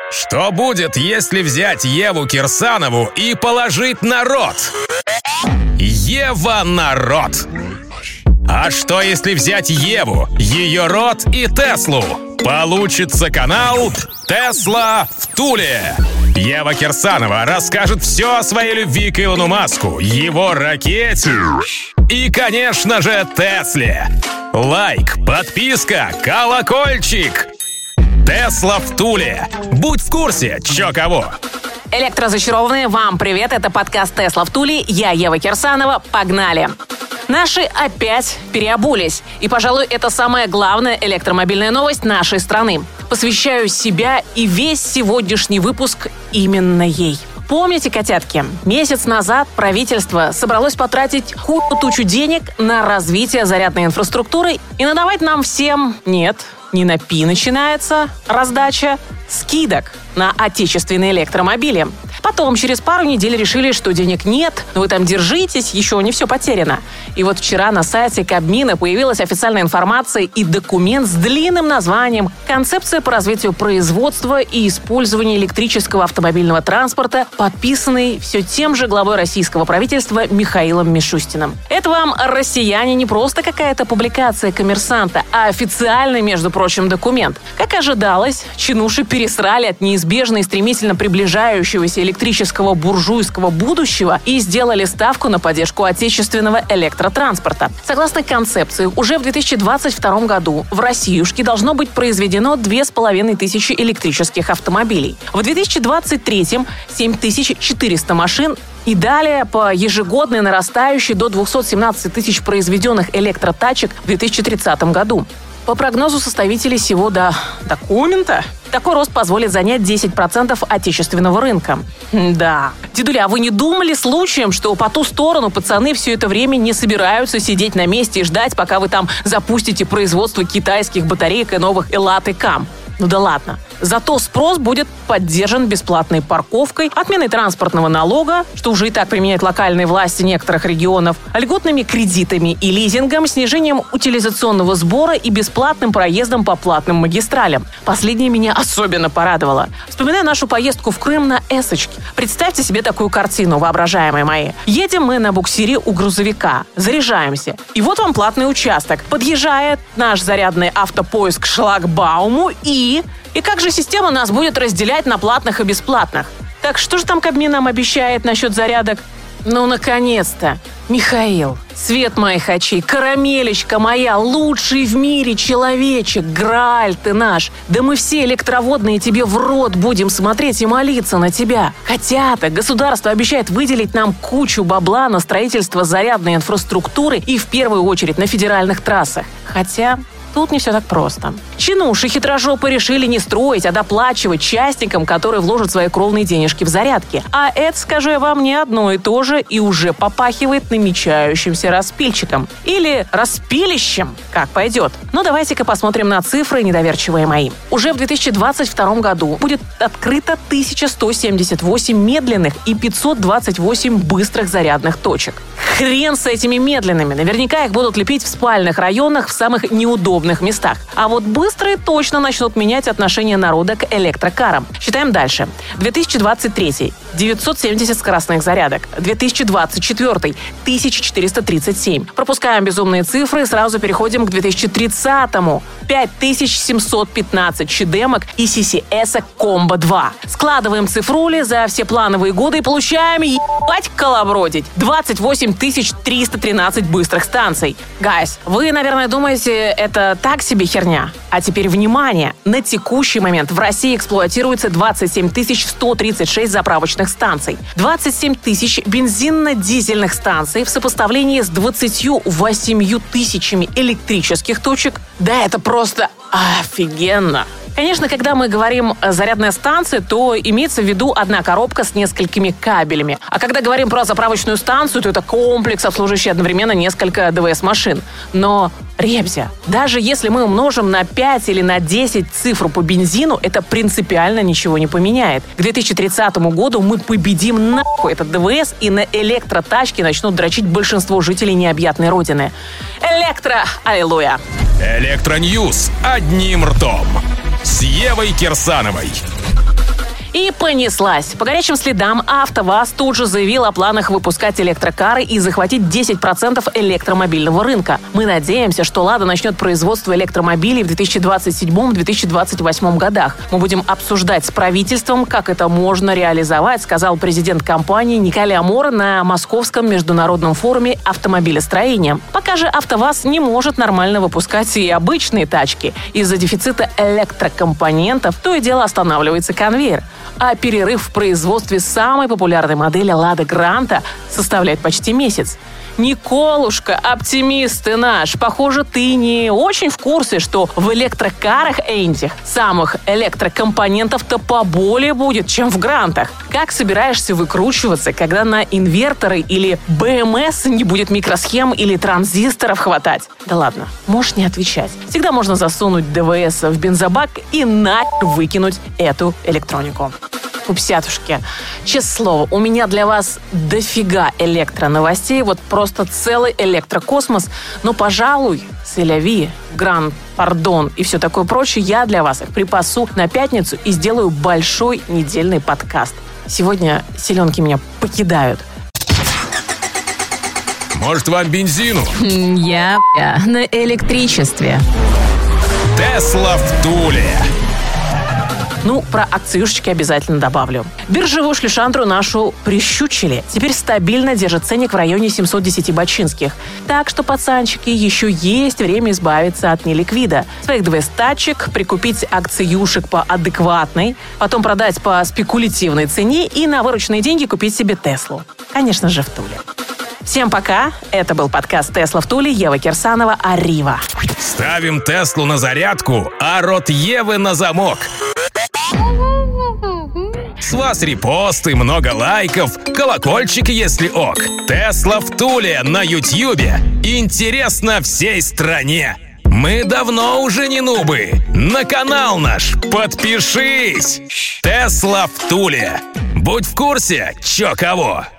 Что будет, если взять Еву Кирсанову и положить на рот? Ева на рот. А что, если взять Еву, ее рот и Теслу? Получится канал «Тесла в Туле». Ева Кирсанова расскажет все о своей любви к Илону Маску, его ракете и, конечно же, Тесле. Лайк, подписка, колокольчик. Тесла в Туле. Будь в курсе, чё кого. Электрозачарованные, вам привет. Это подкаст «Тесла в Туле». Я Ева Кирсанова. Погнали. Наши опять переобулись. И, пожалуй, это самая главная электромобильная новость нашей страны. Посвящаю себя и весь сегодняшний выпуск именно ей. Помните, котятки, месяц назад правительство собралось потратить тучу денег на развитие зарядной инфраструктуры и надавать нам всем, нет, не на пи начинается раздача, скидок на отечественные электромобили. Потом, через пару недель, решили, что денег нет, но вы там держитесь, еще не все потеряно. И вот вчера на сайте Кабмина появилась официальная информация и документ с длинным названием «Концепция по развитию производства и использования электрического автомобильного транспорта», подписанный все тем же главой российского правительства Михаилом Мишустиным. Это вам, россияне, не просто какая-то публикация «Коммерсанта», а официальный, между прочим, документ. Как ожидалось, чинуши пересрали от неизбежно и стремительно приближающегося электрического буржуйского будущего и сделали ставку на поддержку отечественного электротранспорта. Согласно концепции, уже в 2022 году в Россиюшке должно быть произведено 2500 электрических автомобилей. В 2023-м 7400 машин и далее по ежегодной нарастающей до 217 тысяч произведенных электротачек в 2030 году. По прогнозу составителей сего документа, такой рост позволит занять 10% отечественного рынка. Да. Дедуля, а вы не думали случаем, что по ту сторону пацаны все это время не собираются сидеть на месте и ждать, пока вы там запустите производство китайских батареек и новых Элат и Кам? Ну да ладно. Зато спрос будет поддержан бесплатной парковкой, отменой транспортного налога, что уже и так применяют локальные власти некоторых регионов, льготными кредитами и лизингом, снижением утилизационного сбора и бесплатным проездом по платным магистралям. Последнее меня особенно порадовало. Вспоминаю нашу поездку в Крым на Эсочке. Представьте себе такую картину, воображаемые мои. Едем мы на буксире у грузовика, заряжаемся. И вот вам платный участок. Подъезжает наш зарядный автопоезд к шлагбауму и как же система нас будет разделять на платных и бесплатных? Так что же там Кабмин нам обещает насчет зарядок? Ну, наконец-то! Михаил, свет моих очей, карамелечка моя, лучший в мире человечек, Грааль ты наш. Да мы все электроводные тебе в рот будем смотреть и молиться на тебя. Хотя-то государство обещает выделить нам кучу бабла на строительство зарядной инфраструктуры и в первую очередь на федеральных трассах. Хотя... тут не все так просто. Чинуши хитрожопы решили не строить, а доплачивать частникам, которые вложат свои кровные денежки в зарядки. А это, скажу я вам, не одно и то же и уже попахивает намечающимся распильчиком. Или распилищем, как пойдет. Но давайте-ка посмотрим на цифры, недоверчивые мои. Уже в 2022 году будет открыто 1178 медленных и 528 быстрых зарядных точек. Хрен с этими медленными. Наверняка их будут лепить в спальных районах в самых неудобных местах. А вот быстрые точно начнут менять отношение народа к электрокарам. Считаем дальше. 2023 – 970 скоростных зарядок. 2024 – 1437. Пропускаем безумные цифры и сразу переходим к 2030-му. 5715 чедемок и CCS Комбо 2. Складываем цифрули за все плановые годы и получаем, ебать, колобродить, 28 313 быстрых станций. Гайс, вы, наверное, думаете, это так себе херня? А теперь внимание! На текущий момент в России эксплуатируется 27 136 заправочных станций, 27 тысяч бензинно-дизельных станций в сопоставлении с 28 тысячами электрических точек. Да это просто офигенно! Конечно, когда мы говорим «зарядная станция», то имеется в виду одна коробка с несколькими кабелями. А когда говорим про заправочную станцию, то это комплекс, обслуживающий одновременно несколько ДВС-машин. Но, ребзя, даже если мы умножим на 5 или на 10 цифру по бензину, это принципиально ничего не поменяет. К 2030 году мы победим нахуй этот ДВС, и на электротачке начнут дрочить большинство жителей необъятной родины. Аллилуйя! Электроньюз одним ртом с Евой Кирсановой. И понеслась. По горячим следам АвтоВАЗ тут же заявил о планах выпускать электрокары и захватить 10% электромобильного рынка. Мы надеемся, что «Лада» начнет производство электромобилей в 2027-2028 годах. Мы будем обсуждать с правительством, как это можно реализовать, сказал президент компании Николай Амор на Московском международном форуме автомобилестроения. Пока же АвтоВАЗ не может нормально выпускать и обычные тачки. Из-за дефицита электрокомпонентов то и дело останавливается конвейер. А перерыв в производстве самой популярной модели «Лада Гранта» составляет почти месяц. Николушка, оптимист ты наш, похоже, ты не очень в курсе, что в электрокарах этих самых электрокомпонентов-то поболее будет, чем в Грантах. Как собираешься выкручиваться, когда на инверторы или БМС не будет микросхем или транзисторов хватать? Да ладно, можешь не отвечать. Всегда можно засунуть ДВС в бензобак и нахер выкинуть эту электронику. Пупсятушки, честное слово, у меня для вас дофига электроновостей, вот просто целый электрокосмос, но, пожалуй, селяви, гран, пардон и все такое прочее, я для вас их припасу на пятницу и сделаю большой недельный подкаст. Сегодня селенки меня покидают. Может, вам бензину? Я на электричестве. Тесла в Туле. Ну, про акциюшечки обязательно добавлю. Биржевую шлюшандру нашу прищучили. Теперь стабильно держит ценник в районе 710 бачинских. Так что, пацанчики, еще есть время избавиться от неликвида. Своих 200 тачек, прикупить акциюшек по адекватной, потом продать по спекулятивной цене и на вырученные деньги купить себе Теслу. Конечно же, в Туле. Всем пока. Это был подкаст «Тесла в Туле». Ева Кирсанова, Arriva. Ставим Теслу на зарядку, а рот Евы на замок. С вас репосты, много лайков, колокольчик, если ок. Тесла в Туле на Ютьюбе. Интересно всей стране. Мы давно уже не нубы. На канал наш подпишись. Тесла в Туле. Будь в курсе, чё кого.